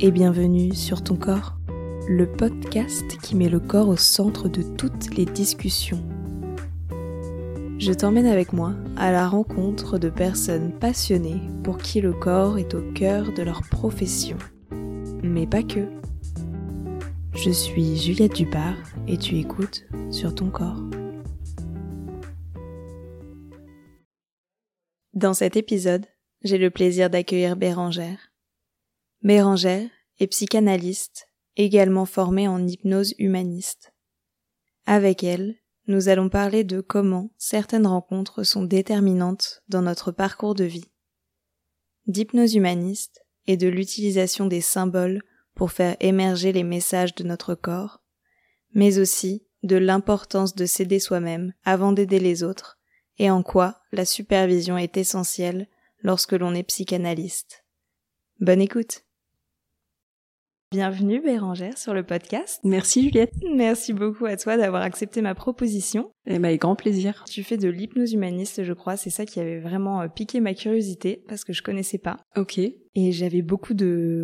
et bienvenue sur Ton Corps, le podcast qui met le corps au centre de toutes les discussions. Je t'emmène avec moi à la rencontre de personnes passionnées pour qui le corps est au cœur de leur profession. Mais pas que. Je suis Juliette Dupart et tu écoutes sur Ton Corps. Dans cet épisode, j'ai le plaisir d'accueillir Bérangère. Bérangère est psychanalyste, également formée en hypnose humaniste. Avec elle, nous allons parler de comment certaines rencontres sont déterminantes dans notre parcours de vie, d'hypnose humaniste et de l'utilisation des symboles pour faire émerger les messages de notre corps, mais aussi de l'importance de s'aider soi-même avant d'aider les autres et en quoi la supervision est essentielle lorsque l'on est psychanalyste. Bonne écoute! Bienvenue Bérangère sur le podcast. Merci Juliette. Merci beaucoup à toi d'avoir accepté ma proposition. Avec grand plaisir. Tu fais de l'hypnose humaniste, je crois, c'est ça qui avait vraiment piqué ma curiosité parce que je connaissais pas. Ok. Et j'avais beaucoup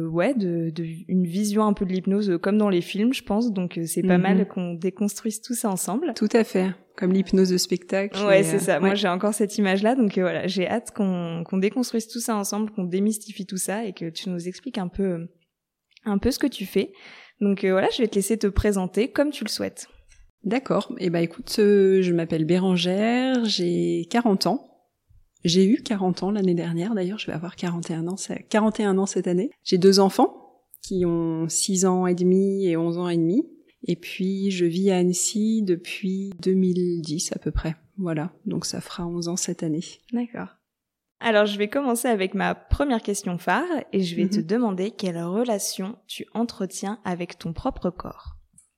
une vision un peu de l'hypnose comme dans les films, je pense, donc c'est pas mal qu'on déconstruise tout ça ensemble. Tout à fait. Comme l'hypnose de spectacle. Ouais, c'est ça. Moi, j'ai encore cette image-là, donc voilà, j'ai hâte qu'on déconstruise tout ça ensemble, qu'on démystifie tout ça et que tu nous expliques un peu ce que tu fais. Donc voilà, je vais te laisser te présenter comme tu le souhaites. D'accord. Écoute, je m'appelle Bérangère, j'ai 40 ans. J'ai eu 40 ans l'année dernière, d'ailleurs, je vais avoir 41 ans cette année. J'ai 2 enfants qui ont 6 ans et demi et 11 ans et demi. Et puis, je vis à Annecy depuis 2010 à peu près. Voilà, donc ça fera 11 ans cette année. D'accord. Alors, je vais commencer avec ma première question phare et je vais te demander quelle relation tu entretiens avec ton propre corps.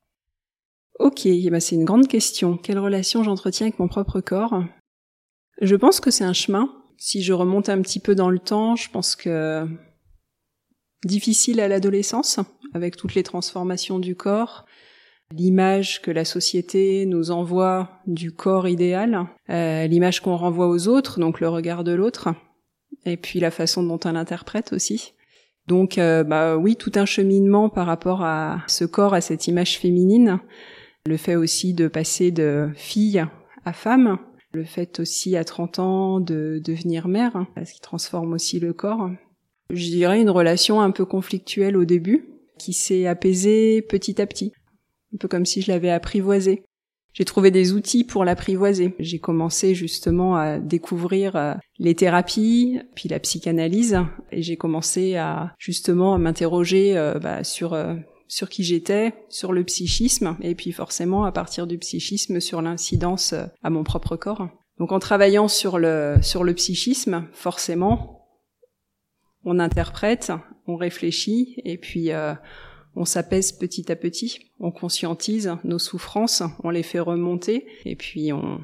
Ok, c'est une grande question. Quelle relation j'entretiens avec mon propre corps ? Je pense que c'est un chemin. Si je remonte un petit peu dans le temps, je pense que difficile à l'adolescence, avec toutes les transformations du corps, l'image que la société nous envoie du corps idéal, l'image qu'on renvoie aux autres, donc le regard de l'autre, et puis la façon dont on l'interprète aussi. Donc oui, tout un cheminement par rapport à ce corps, à cette image féminine, le fait aussi de passer de fille à femme, le fait aussi à 30 ans de devenir mère, ce qui transforme aussi le corps. Je dirais une relation un peu conflictuelle au début, qui s'est apaisée petit à petit. Un peu comme si je l'avais apprivoisé. J'ai trouvé des outils pour l'apprivoiser. J'ai commencé justement à découvrir les thérapies, puis la psychanalyse, et j'ai commencé à justement m'interroger sur qui j'étais, sur le psychisme, et puis forcément à partir du psychisme sur l'incidence à mon propre corps. Donc en travaillant sur le psychisme, forcément, on interprète, on réfléchit, et puis on s'apaise petit à petit, on conscientise nos souffrances, on les fait remonter, et puis on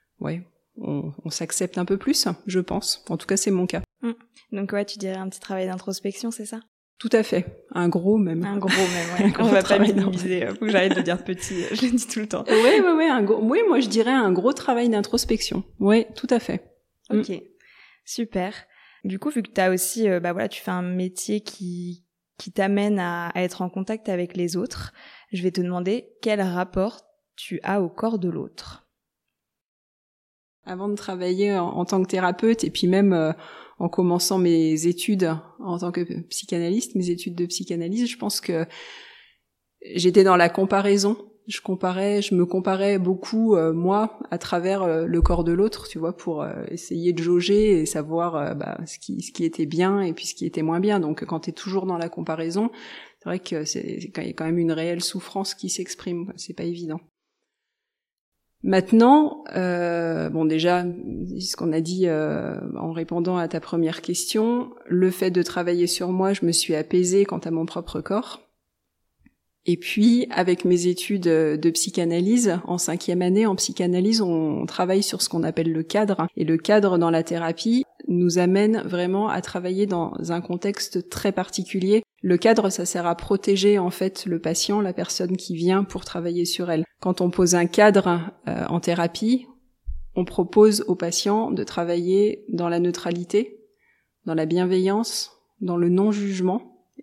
s'accepte un peu plus, je pense. En tout cas, c'est mon cas. Donc ouais, tu dirais un petit travail d'introspection, c'est ça ? Tout à fait. Un gros même, ouais. On va pas minimiser, faut que j'arrête de dire petit, je le dis tout le temps. Oui, moi je dirais un gros travail d'introspection. Oui, tout à fait. Ok, super. Du coup, vu que t'as aussi, tu fais un métier qui t'amène à être en contact avec les autres, je vais te demander quel rapport tu as au corps de l'autre. Avant de travailler en tant que thérapeute et puis même en commençant mes études en tant que psychanalyste, mes études de psychanalyse, je pense que j'étais dans la comparaison. Je me comparais beaucoup, moi, à travers le corps de l'autre, tu vois, pour essayer de jauger et savoir ce qui était bien et puis ce qui était moins bien. Donc, quand t'es toujours dans la comparaison, c'est vrai que c'est quand même une réelle souffrance qui s'exprime. C'est pas évident. Maintenant, déjà, ce qu'on a dit en répondant à ta première question, le fait de travailler sur moi, je me suis apaisée quant à mon propre corps. Et puis, avec mes études de psychanalyse, en 5e année, en psychanalyse, on travaille sur ce qu'on appelle le cadre. Et le cadre dans la thérapie nous amène vraiment à travailler dans un contexte très particulier. Le cadre, ça sert à protéger, en fait, le patient, la personne qui vient pour travailler sur elle. Quand on pose un cadre en thérapie, on propose au patient de travailler dans la neutralité, dans la bienveillance, dans le non-jugement,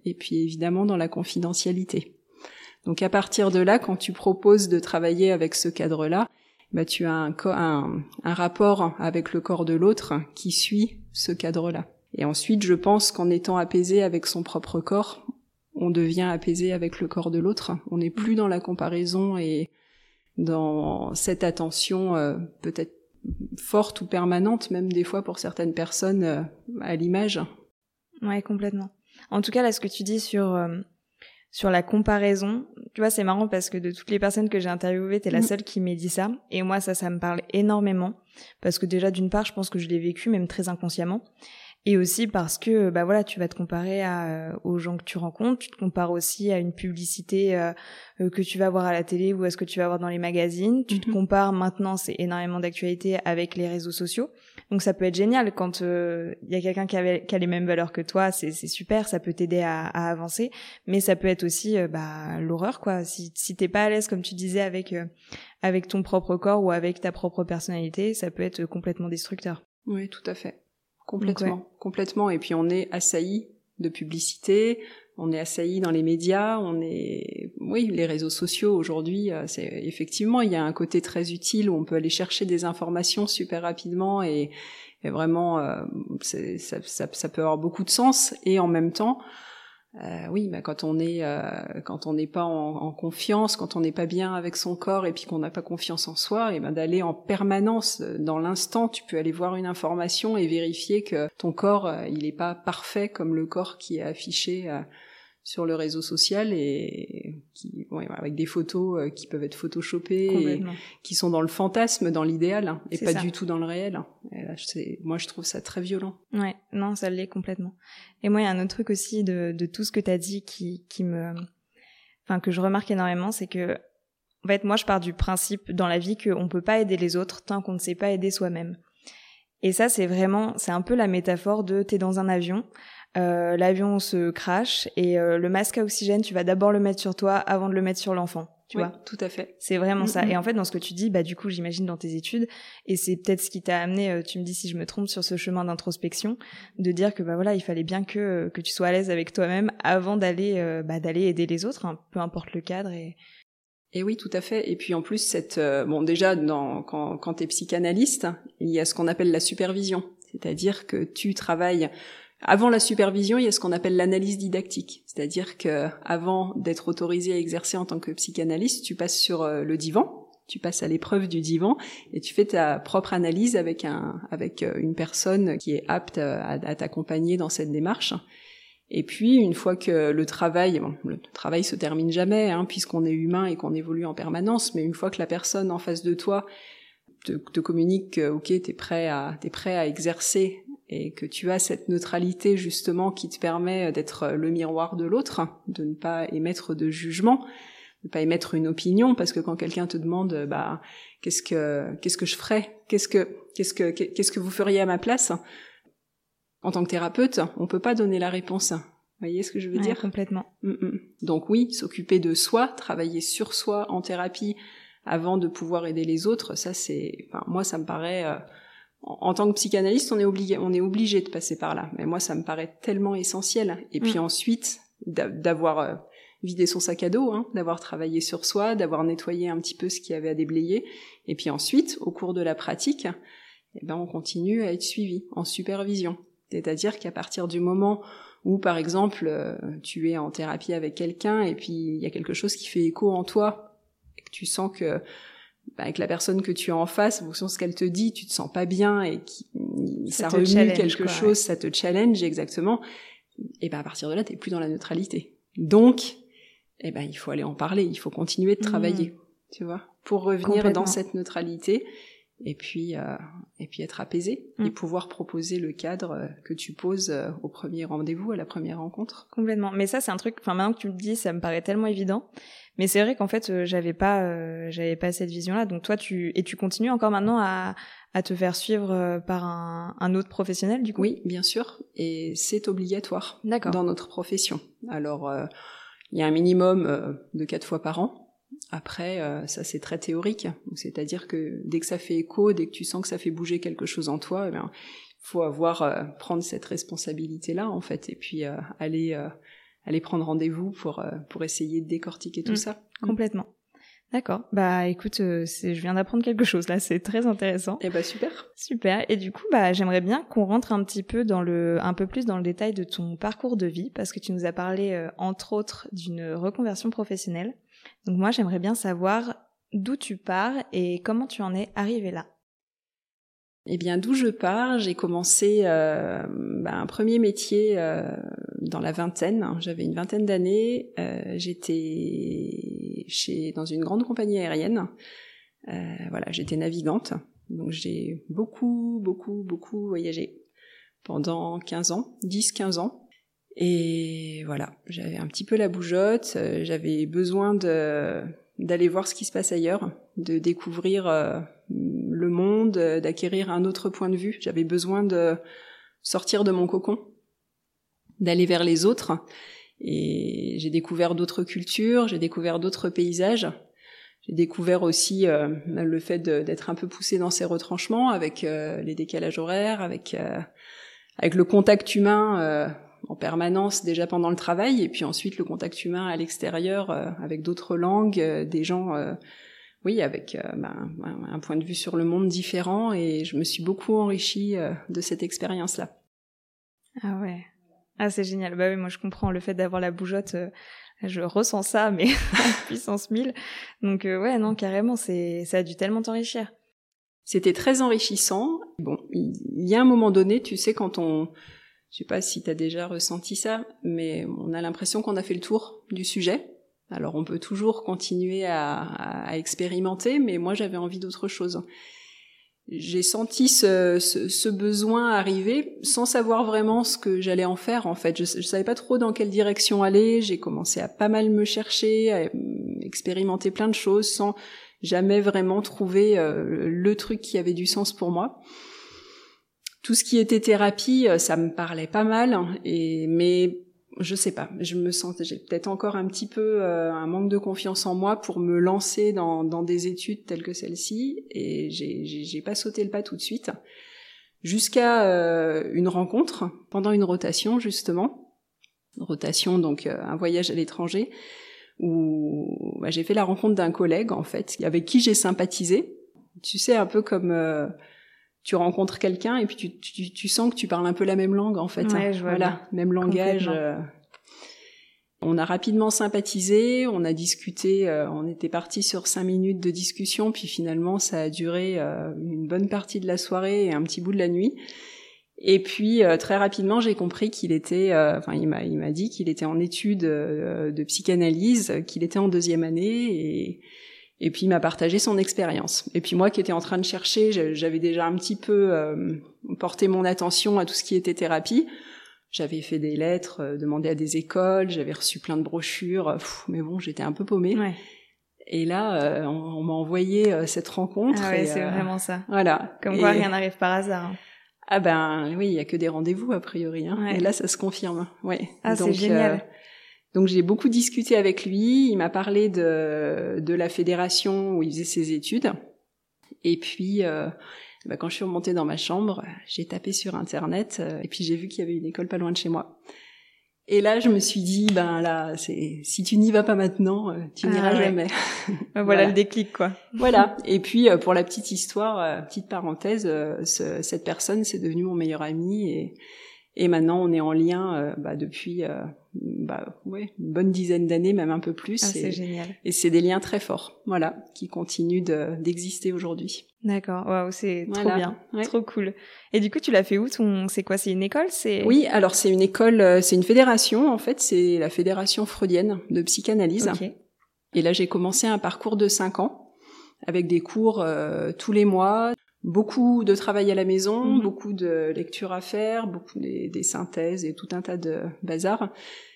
et puis évidemment dans la confidentialité. Donc à partir de là, quand tu proposes de travailler avec ce cadre-là, tu as un rapport avec le corps de l'autre qui suit ce cadre-là. Et ensuite, je pense qu'en étant apaisé avec son propre corps, on devient apaisé avec le corps de l'autre. On n'est plus dans la comparaison et dans cette attention peut-être forte ou permanente, même des fois pour certaines personnes, à l'image. Ouais, complètement. En tout cas, là, ce que tu dis sur la comparaison, tu vois, c'est marrant parce que de toutes les personnes que j'ai interviewées, t'es la seule qui m'ait dit ça. Et moi, ça me parle énormément. Parce que déjà, d'une part, je pense que je l'ai vécu, même très inconsciemment. Et aussi parce que, tu vas te comparer aux gens que tu rencontres. Tu te compares aussi à une publicité que tu vas voir à la télé ou à ce que tu vas voir dans les magazines. Tu te compares maintenant, c'est énormément d'actualité avec les réseaux sociaux. Donc ça peut être génial quand il y a quelqu'un qui a les mêmes valeurs que toi, c'est super, ça peut t'aider à avancer. Mais ça peut être aussi l'horreur, quoi. Si t'es pas à l'aise, comme tu disais, avec ton propre corps ou avec ta propre personnalité, ça peut être complètement destructeur. Oui, tout à fait. Complètement. Et puis on est assailli de publicité, on est assailli dans les médias, les réseaux sociaux aujourd'hui, effectivement, il y a un côté très utile où on peut aller chercher des informations super rapidement et vraiment, ça peut avoir beaucoup de sens. Et en même temps, quand on n'est pas en confiance, quand on n'est pas bien avec son corps et puis qu'on n'a pas confiance en soi, et d'aller en permanence dans l'instant, tu peux aller voir une information et vérifier que ton corps il est pas parfait comme le corps qui est affiché sur le réseau social et avec des photos qui peuvent être photoshopées et qui sont dans le fantasme, dans l'idéal et pas du tout dans le réel. Et là, moi je trouve ça très violent. Ouais, non, ça l'est complètement. Et moi il y a un autre truc aussi de tout ce que t'as dit que je remarque énormément, c'est que en fait moi je pars du principe dans la vie qu'on peut pas aider les autres tant qu'on ne sait pas aider soi-même. Et ça c'est un peu la métaphore de t'es dans un avion. L'avion se crache et le masque à oxygène, tu vas d'abord le mettre sur toi avant de le mettre sur l'enfant, tu vois. Tout à fait. C'est vraiment ça. Et en fait, dans ce que tu dis, du coup, j'imagine dans tes études, et c'est peut-être ce qui t'a amené, tu me dis si je me trompe, sur ce chemin d'introspection, de dire que il fallait bien que tu sois à l'aise avec toi-même avant d'aller aider les autres, hein, peu importe le cadre. Et oui, tout à fait. Et puis en plus, déjà, quand t'es psychanalyste, il y a ce qu'on appelle la supervision, c'est-à-dire que tu travailles. Avant la supervision, il y a ce qu'on appelle l'analyse didactique, c'est-à-dire que avant d'être autorisé à exercer en tant que psychanalyste, tu passes sur le divan, tu passes à l'épreuve du divan et tu fais ta propre analyse avec une personne qui est apte à t'accompagner dans cette démarche. Et puis une fois que le travail se termine jamais, puisqu'on est humain et qu'on évolue en permanence, mais une fois que la personne en face de toi te communique que t'es prêt à exercer et que tu as cette neutralité justement qui te permet d'être le miroir de l'autre, de ne pas émettre de jugement, de ne pas émettre une opinion, parce que quand quelqu'un te demande qu'est-ce que je ferais, qu'est-ce que vous feriez à ma place, en tant que thérapeute, on peut pas donner la réponse. Vous voyez ce que je veux dire ? Complètement. Donc oui, s'occuper de soi, travailler sur soi en thérapie avant de pouvoir aider les autres, ça moi ça me paraît en tant que psychanalyste, on est obligé de passer par là. Mais moi, ça me paraît tellement essentiel. Et puis ensuite, d'avoir vidé son sac à dos, d'avoir travaillé sur soi, d'avoir nettoyé un petit peu ce qu'il y avait à déblayer. Et puis ensuite, au cours de la pratique, on continue à être suivi en supervision. C'est-à-dire qu'à partir du moment où, par exemple, tu es en thérapie avec quelqu'un et puis il y a quelque chose qui fait écho en toi et que tu sens que avec la personne que tu as en face, en fonction de ce qu'elle te dit, tu te sens pas bien et ça remue quelque chose, ça te challenge exactement. Et à partir de là, t'es plus dans la neutralité. Donc, il faut aller en parler, il faut continuer de travailler, tu vois, pour revenir dans cette neutralité et puis être apaisé et pouvoir proposer le cadre que tu poses au premier rendez-vous, à la première rencontre. Complètement. Mais ça, c'est un truc, maintenant que tu me dis, ça me paraît tellement évident. Mais c'est vrai qu'en fait, j'avais pas cette vision-là. Donc toi, tu continues encore maintenant à te faire suivre par un autre professionnel, du coup ? Oui, bien sûr. Et c'est obligatoire dans notre profession. Alors, il y a un minimum de 4 fois par an. Après, ça c'est très théorique. C'est-à-dire que dès que ça fait écho, dès que tu sens que ça fait bouger quelque chose en toi, faut prendre cette responsabilité-là, en fait, et puis aller aller prendre rendez-vous pour essayer de décortiquer tout ça. Complètement. D'accord. Bah écoute, je viens d'apprendre quelque chose là, c'est très intéressant. Eh bah super. Super. Et du coup, j'aimerais bien qu'on rentre un petit peu un peu plus dans le détail de ton parcours de vie, parce que tu nous as parlé entre autres d'une reconversion professionnelle. Donc moi, j'aimerais bien savoir d'où tu pars et comment tu en es arrivé là. Eh bien, d'où je pars, j'ai commencé un premier métier dans la vingtaine. J'avais une vingtaine d'années. J'étais dans une grande compagnie aérienne. J'étais navigante. Donc j'ai beaucoup voyagé pendant 10-15 ans. Et voilà, j'avais un petit peu la bougeotte. J'avais besoin d'aller voir ce qui se passe ailleurs, de découvrir le monde, d'acquérir un autre point de vue. J'avais besoin de sortir de mon cocon, d'aller vers les autres. Et j'ai découvert d'autres cultures, j'ai découvert d'autres paysages. J'ai découvert aussi le fait d'être un peu poussé dans ses retranchements avec les décalages horaires, avec le contact humain en permanence déjà pendant le travail, et puis ensuite le contact humain à l'extérieur avec d'autres langues, des gens avec un point de vue sur le monde différent, et je me suis beaucoup enrichie de cette expérience-là. Ah ouais. Ah c'est génial. Bah oui, moi je comprends le fait d'avoir la bougeotte, je ressens ça, mais à puissance 1000. Donc ouais, non, carrément, ça a dû tellement t'enrichir. C'était très enrichissant. Bon, il y a un moment donné, tu sais, je sais pas si t'as déjà ressenti ça, mais on a l'impression qu'on a fait le tour du sujet. Alors on peut toujours continuer à expérimenter, mais moi j'avais envie d'autre chose. J'ai senti ce besoin arriver sans savoir vraiment ce que j'allais en faire en fait. Je savais pas trop dans quelle direction aller. J'ai commencé à pas mal me chercher, à expérimenter plein de choses sans jamais vraiment trouver le truc qui avait du sens pour moi. Tout ce qui était thérapie, ça me parlait pas mal, mais je sais pas, j'ai peut-être encore un petit peu un manque de confiance en moi pour me lancer dans des études telles que celle-ci, et j'ai pas sauté le pas tout de suite, jusqu'à une rencontre pendant une rotation justement, donc un voyage à l'étranger, où j'ai fait la rencontre d'un collègue en fait, avec qui j'ai sympathisé. Tu sais, un peu comme tu rencontres quelqu'un et puis tu sens que tu parles un peu la même langue en fait. Ouais, je vois voilà, bien. Même langage. On a rapidement sympathisé, on a discuté, on était partis sur 5 minutes de discussion, puis finalement ça a duré une bonne partie de la soirée et un petit bout de la nuit. Et puis très rapidement j'ai compris qu'il était, il m'a dit qu'il était en études de psychanalyse, qu'il était en 2e année, et puis il m'a partagé son expérience. Et puis moi qui étais en train de chercher, j'avais déjà un petit peu porté mon attention à tout ce qui était thérapie. J'avais fait des lettres, demandé à des écoles, j'avais reçu plein de brochures, mais bon, j'étais un peu paumée. Ouais. Et là, on m'a envoyé cette rencontre. Ah ouais, c'est vraiment ça. Voilà. Comme quoi, rien n'arrive par hasard. Ah ben oui, il y a que des rendez-vous a priori. Hein. Ouais. Et là, ça se confirme. Ouais. Ah, donc, c'est génial. Donc j'ai beaucoup discuté avec lui. Il m'a parlé de la fédération où il faisait ses études. Et puis, quand je suis remontée dans ma chambre, j'ai tapé sur Internet et puis j'ai vu qu'il y avait une école pas loin de chez moi. Et là, je me suis dit, si tu n'y vas pas maintenant, tu n'iras jamais. Voilà le déclic, quoi. Voilà. Et puis, pour la petite histoire, petite parenthèse, cette personne, c'est devenu mon meilleur ami et maintenant, on est en lien depuis une bonne dizaine d'années, même un peu plus. Ah, c'est génial. Et c'est des liens très forts, voilà, qui continuent d'exister aujourd'hui. D'accord, waouh, c'est trop bien, trop cool. Et du coup, tu l'as fait où c'est quoi, c'est une école, Oui, alors c'est une école, c'est une fédération en fait, c'est la fédération freudienne de psychanalyse. Okay. Et là, j'ai commencé un parcours de 5 ans avec des cours tous les mois. Beaucoup de travail à la maison, beaucoup de lectures à faire, beaucoup des synthèses et tout un tas de bazar.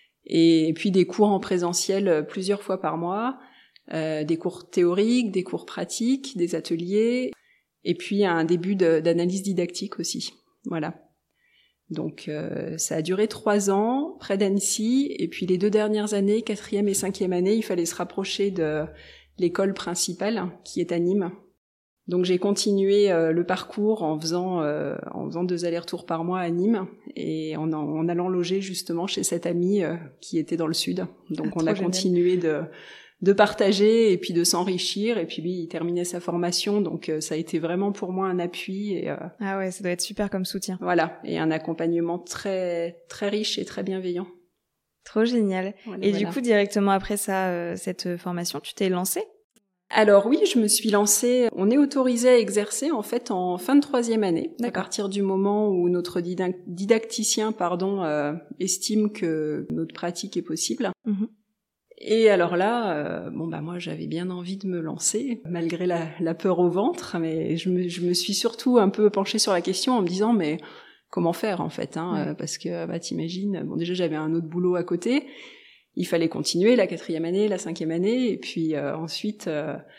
Et puis des cours en présentiel plusieurs fois par mois, des cours théoriques, des cours pratiques, des ateliers, et puis un début d'analyse didactique aussi. Voilà. Donc ça a duré 3 ans, près d'Annecy, et puis les 2 dernières années, 4e et 5e année, il fallait se rapprocher de l'école principale, qui est à Nîmes. Donc j'ai continué le parcours en faisant 2 allers-retours par mois à Nîmes et en allant loger justement chez cette amie qui était dans le sud. Donc on a continué de partager et puis de s'enrichir, et puis lui il terminait sa formation, donc ça a été vraiment pour moi un appui et ah ouais, ça doit être super comme soutien. Voilà, et un accompagnement très très riche et très bienveillant. Trop génial. Voilà, et du coup directement après ça, cette formation, tu t'es lancée? Alors oui, je me suis lancée. On est autorisé à exercer en fait en fin de 3e année, à partir du moment où notre didacticien estime que notre pratique est possible. Mmh. Et alors là, moi j'avais bien envie de me lancer, malgré la peur au ventre, mais je me suis surtout un peu penchée sur la question en me disant mais comment faire en fait, parce que t'imagines, déjà j'avais un autre boulot à côté, il fallait continuer la 4e année, la 5e année, et puis ensuite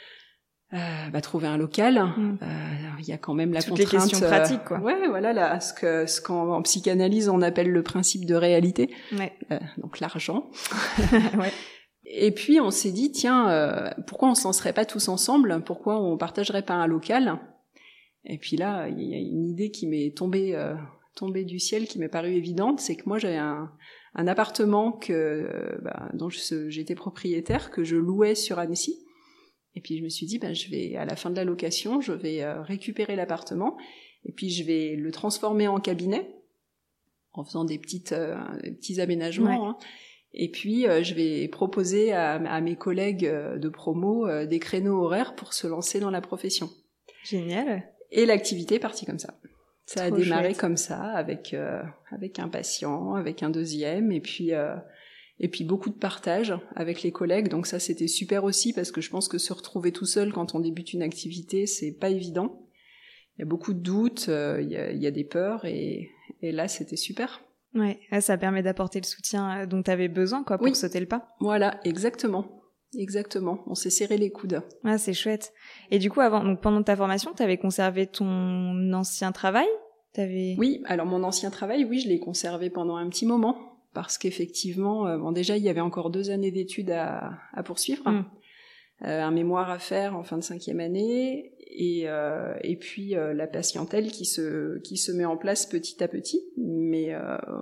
trouver un local. Il y a quand même la toutes contrainte. Les questions pratiques, quoi. Ouais, voilà ce qu'en psychanalyse on appelle le principe de réalité. Ouais. Donc l'argent. Ouais. Et puis on s'est dit tiens, pourquoi on s'en serait pas tous ensemble? Pourquoi on partagerait pas un local? Et puis là, il y a une idée qui m'est tombée du ciel, qui m'est parue évidente, c'est que moi j'avais un appartement dont j'étais propriétaire, que je louais sur Annecy. Et puis je me suis dit je vais, à la fin de la location, je vais récupérer l'appartement et puis je vais le transformer en cabinet en faisant des petits aménagements. Ouais. Et puis je vais proposer à mes collègues de promo des créneaux horaires pour se lancer dans la profession. Génial. Et l'activité est partie comme ça. Ça a démarré chouette. comme ça, avec un patient, avec un deuxième, et puis beaucoup de partage avec les collègues. Donc ça, c'était super aussi, parce que je pense que se retrouver tout seul quand on débute une activité, c'est pas évident. Il y a beaucoup de doutes, il y a des peurs, et là, c'était super. Ouais, ça permet d'apporter le soutien dont tu avais besoin, quoi, pour sauter le pas. Voilà, exactement. On s'est serré les coudes. Ah, c'est chouette. Et du coup, pendant ta formation, tu avais conservé ton ancien travail? Oui, alors mon ancien travail, je l'ai conservé pendant un petit moment, parce qu'effectivement, déjà, il y avait encore 2 années d'études à poursuivre, un mémoire à faire en fin de 5e année, et puis la patientèle qui se met en place petit à petit, mais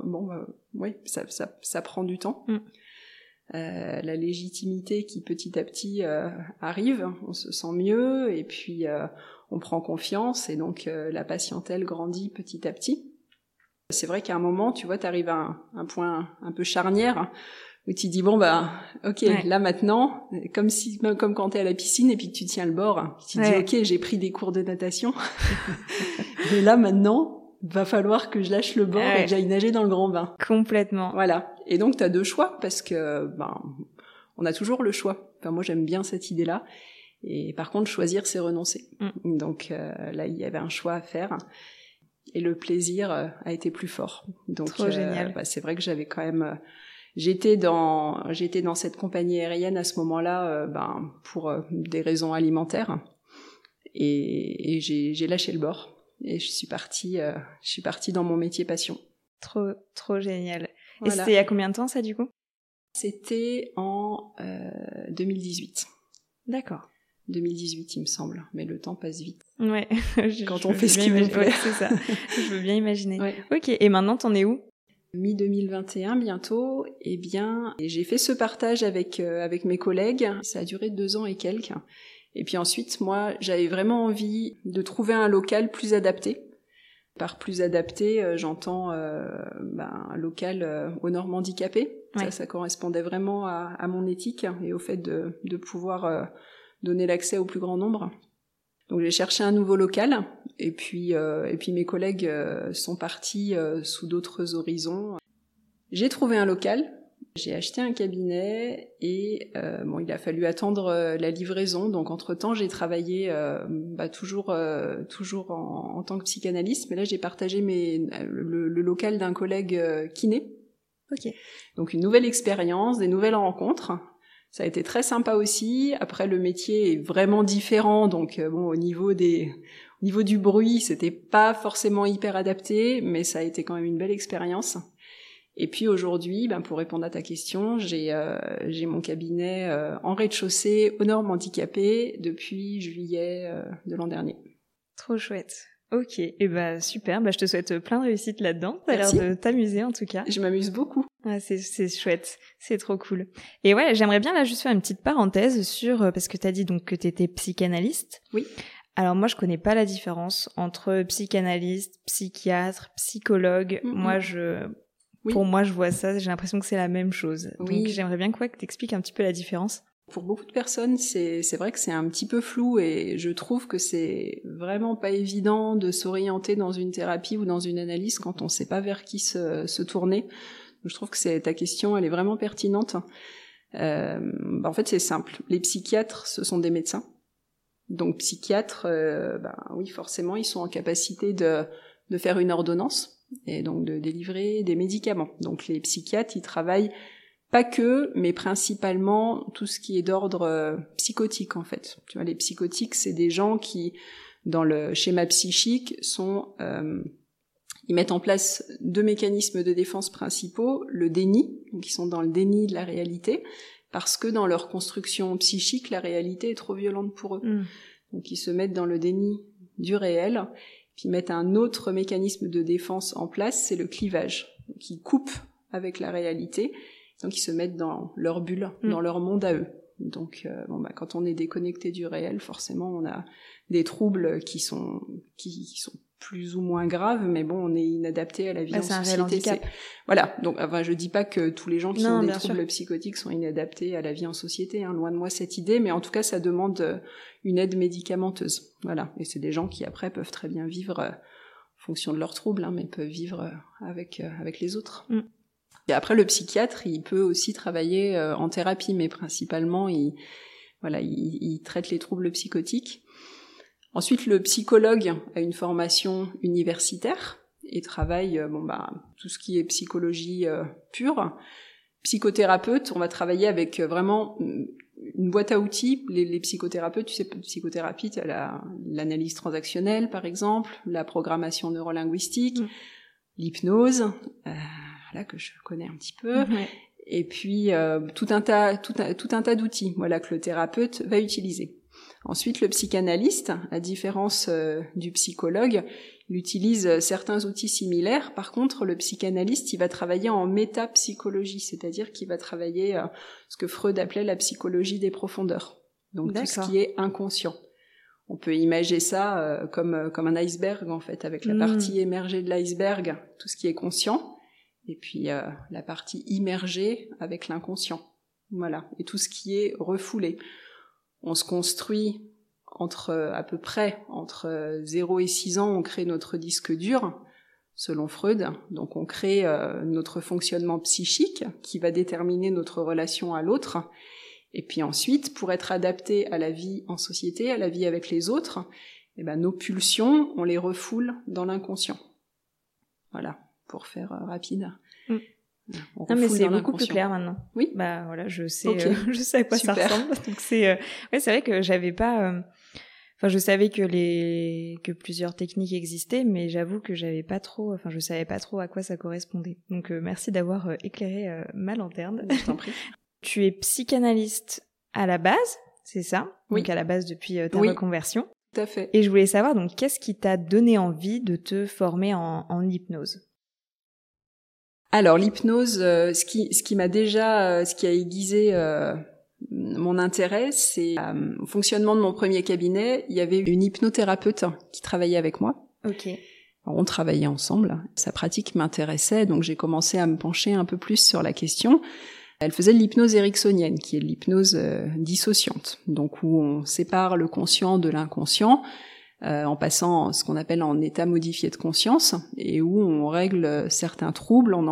ça prend du temps. La légitimité qui petit à petit arrive, on se sent mieux, et puis on prend confiance, et donc la patientèle grandit petit à petit. C'est vrai qu'à un moment, tu vois, t'arrives à un point un peu charnière, où tu dis ok, là maintenant, comme quand t'es à la piscine et puis que tu tiens le bord, tu dis ok, j'ai pris des cours de natation, et là maintenant, va falloir que je lâche le bord et que j'aille nager dans le grand bain. Complètement. Voilà. Et donc t'as 2 choix, parce que on a toujours le choix. Enfin, moi j'aime bien cette idée-là. Et par contre, choisir, c'est renoncer. Donc là, il y avait un choix à faire. Et le plaisir a été plus fort. Donc trop génial. C'est vrai que j'avais quand même j'étais dans cette compagnie aérienne à ce moment-là pour des raisons alimentaires, et j'ai lâché le bord et je suis partie dans mon métier passion. Trop génial. Voilà. Et c'était il y a combien de temps, ça, du coup? C'était en 2018. D'accord. 2018, il me semble, mais le temps passe vite. Ouais. Quand on fait ce qu'il nous plaît. Ouais, c'est ça. Je veux bien imaginer. Ouais. Ok. Et maintenant, t'en es où? Mi-2021 bientôt. Eh bien, j'ai fait ce partage avec mes collègues. Ça a duré 2 ans et quelques. Et puis ensuite, moi, j'avais vraiment envie de trouver un local plus adapté. Par plus adapté, j'entends un local aux normes handicapées. Ouais. Ça correspondait vraiment à mon éthique et au fait de pouvoir donner l'accès au plus grand nombre. Donc j'ai cherché un nouveau local, et puis mes collègues sont partis sous d'autres horizons. J'ai trouvé un local, j'ai acheté un cabinet, et il a fallu attendre la livraison. Donc entre-temps, j'ai travaillé toujours en tant que psychanalyste, mais là j'ai partagé le local d'un collègue kiné. Ok. Donc une nouvelle expérience, des nouvelles rencontres. Ça a été très sympa aussi. Après, le métier est vraiment différent, donc au niveau du bruit, c'était pas forcément hyper adapté, mais ça a été quand même une belle expérience. Et puis aujourd'hui, pour répondre à ta question, j'ai mon cabinet en rez-de-chaussée aux normes handicapées depuis juillet de l'an dernier. Trop chouette. Ok, et super, je te souhaite plein de réussite là-dedans. T'as Merci. l'air de t'amuser en tout cas. Je m'amuse beaucoup. Ouais, c'est chouette, c'est trop cool. Et ouais, j'aimerais bien là juste faire une petite parenthèse sur, parce que t'as dit donc que t'étais psychanalyste. Oui. Alors moi je connais pas la différence entre psychanalyste, psychiatre, psychologue. Pour moi je vois ça, j'ai l'impression que c'est la même chose. Oui. Donc j'aimerais bien que t'expliques un petit peu la différence. Pour beaucoup de personnes, c'est vrai que c'est un petit peu flou et je trouve que c'est vraiment pas évident de s'orienter dans une thérapie ou dans une analyse quand on sait pas vers qui se tourner. Je trouve que ta question, elle est vraiment pertinente. En fait, c'est simple. Les psychiatres, ce sont des médecins. Donc psychiatres, oui, forcément, ils sont en capacité de faire une ordonnance et donc de délivrer des médicaments. Donc les psychiatres, ils travaillent pas que, mais principalement tout ce qui est d'ordre psychotique en fait. Tu vois, les psychotiques, c'est des gens qui, dans le schéma psychique, ils mettent en place 2 mécanismes de défense principaux, le déni, donc ils sont dans le déni de la réalité, parce que dans leur construction psychique, la réalité est trop violente pour eux. Donc ils se mettent dans le déni du réel, puis mettent un autre mécanisme de défense en place, c'est le clivage. Donc ils coupent avec la réalité. Donc ils se mettent dans leur bulle, dans leur monde à eux. Donc quand on est déconnecté du réel, forcément on a des troubles qui sont plus ou moins graves, mais on est inadapté à la vie en société. C'est un réel handicap. Voilà. Donc je dis pas que tous les gens qui ont des troubles psychotiques sont inadaptés à la vie en société, hein, loin de moi cette idée, mais en tout cas ça demande une aide médicamenteuse. Voilà. Et c'est des gens qui après peuvent très bien vivre en fonction de leurs troubles, hein, mais peuvent vivre avec les autres. Et après, le psychiatre, il peut aussi travailler en thérapie, mais principalement, il traite les troubles psychotiques. Ensuite, le psychologue a une formation universitaire et travaille tout ce qui est psychologie pure. Psychothérapeute, on va travailler avec vraiment une boîte à outils. Les psychothérapeutes, tu sais, psychothérapie, tu as l'analyse transactionnelle, par exemple, la programmation neurolinguistique, l'hypnose, que je connais un petit peu, et puis tout un tas d'outils, que le thérapeute va utiliser. Ensuite, le psychanalyste, à différence du psychologue, il utilise certains outils similaires. Par contre, le psychanalyste, il va travailler en métapsychologie, c'est-à-dire qu'il va travailler ce que Freud appelait la psychologie des profondeurs. Donc tout ce qui est inconscient. On peut imaginer ça comme un iceberg, en fait, avec la partie émergée de l'iceberg, tout ce qui est conscient, et puis la partie immergée avec l'inconscient. Voilà. Et tout ce qui est refoulé. On se construit à peu près entre 0 et 6 ans, on crée notre disque dur, selon Freud. Donc on crée notre fonctionnement psychique qui va déterminer notre relation à l'autre. Et puis ensuite, pour être adapté à la vie en société, à la vie avec les autres, nos pulsions, on les refoule dans l'inconscient. Voilà, pour faire rapide. Non, mais c'est beaucoup plus clair maintenant. Oui. Je sais, je sais à quoi ça ressemble. Donc c'est vrai que j'avais pas. Je savais que plusieurs techniques existaient, mais j'avoue que je savais pas trop à quoi ça correspondait. Donc merci d'avoir éclairé ma lanterne. Je t'en prie. Tu es psychanalyste à la base, c'est ça? Oui. Donc à la base depuis ta reconversion. Tout à fait. Et je voulais savoir donc qu'est-ce qui t'a donné envie de te former en hypnose? Alors l'hypnose, ce qui a aiguisé mon intérêt, c'est au fonctionnement de mon premier cabinet, il y avait une hypnothérapeute qui travaillait avec moi. Ok. Alors, on travaillait ensemble. Sa pratique m'intéressait, donc j'ai commencé à me pencher un peu plus sur la question. Elle faisait de l'hypnose ericksonienne, qui est l'hypnose dissociante, donc où on sépare le conscient de l'inconscient. En passant ce qu'on appelle en état modifié de conscience, et où on règle certains troubles en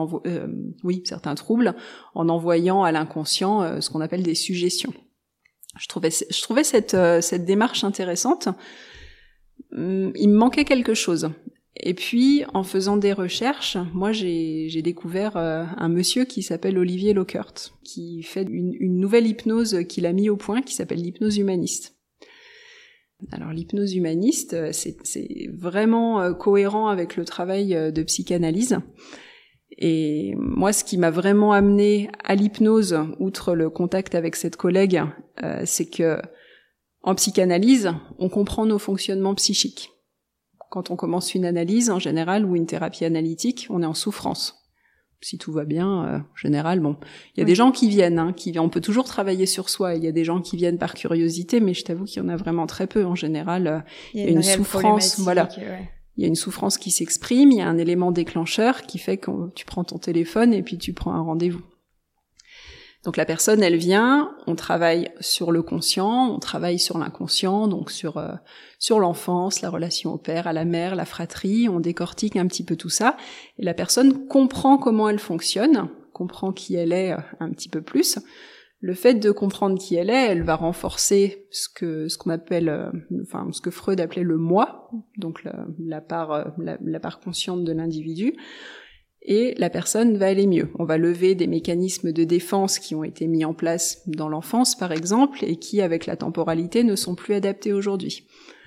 envoyant à l'inconscient ce qu'on appelle des suggestions. Je trouvais cette démarche intéressante. Il me manquait quelque chose. Et puis, en faisant des recherches, moi j'ai découvert un monsieur qui s'appelle Olivier Lockert, qui fait une nouvelle hypnose qu'il a mis au point, qui s'appelle l'hypnose humaniste. Alors l'hypnose humaniste, c'est vraiment cohérent avec le travail de psychanalyse. Et moi, ce qui m'a vraiment amené à l'hypnose, outre le contact avec cette collègue, c'est que en psychanalyse, on comprend nos fonctionnements psychiques. Quand on commence une analyse, en général, ou une thérapie analytique, on est en souffrance. Si tout va bien, en général, bon, il y a des gens qui viennent, on peut toujours travailler sur soi. Il y a des gens qui viennent par curiosité, mais je t'avoue qu'il y en a vraiment très peu. En général, il y a une souffrance, voilà. Il y a une souffrance qui s'exprime, il y a un élément déclencheur qui fait que tu prends ton téléphone et puis tu prends un rendez-vous. Donc la personne, elle vient, on travaille sur le conscient, on travaille sur l'inconscient, donc sur l'enfance, la relation au père, à la mère, la fratrie, on décortique un petit peu tout ça, et la personne comprend comment elle fonctionne, comprend qui elle est un petit peu plus. Le fait de comprendre qui elle est, elle va renforcer ce qu'on appelle, ce que Freud appelait le moi, donc la part consciente de l'individu. Et la personne va aller mieux. On va lever des mécanismes de défense qui ont été mis en place dans l'enfance, par exemple, et qui, avec la temporalité, ne sont plus adaptés aujourd'hui.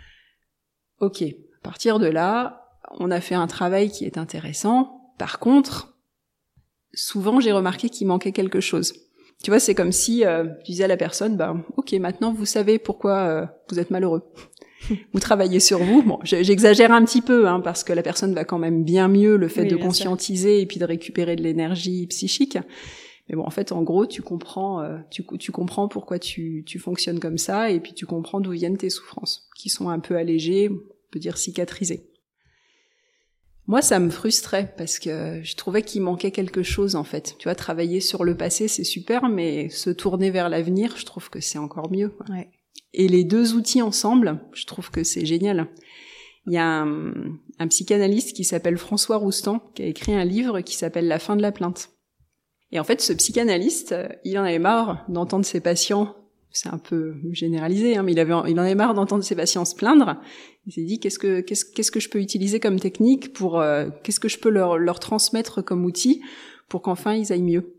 Ok, à partir de là, on a fait un travail qui est intéressant. Par contre, souvent, j'ai remarqué qu'il manquait quelque chose. Tu vois, c'est comme si tu disais à la personne, ok, maintenant vous savez pourquoi vous êtes malheureux. Vous travaillez sur vous. Bon, j'exagère un petit peu, parce que la personne va quand même bien mieux, le fait de conscientiser et puis de récupérer de l'énergie psychique. Mais bon, en fait, en gros, tu comprends pourquoi tu fonctionnes comme ça, et puis tu comprends d'où viennent tes souffrances, qui sont un peu allégées, on peut dire cicatrisées. Moi, ça me frustrait parce que je trouvais qu'il manquait quelque chose, en fait. Tu vois, travailler sur le passé, c'est super, mais se tourner vers l'avenir, je trouve que c'est encore mieux, quoi. Ouais. Et les deux outils ensemble, je trouve que c'est génial. Il y a un psychanalyste qui s'appelle François Roustan, qui a écrit un livre qui s'appelle La fin de la plainte. Et en fait, ce psychanalyste, il en avait marre d'entendre ses patients, c'est un peu généralisé, mais il en avait marre d'entendre ses patients se plaindre. Il s'est dit, qu'est-ce que je peux utiliser comme technique pour, qu'est-ce que je peux leur transmettre comme outil pour qu'enfin ils aillent mieux.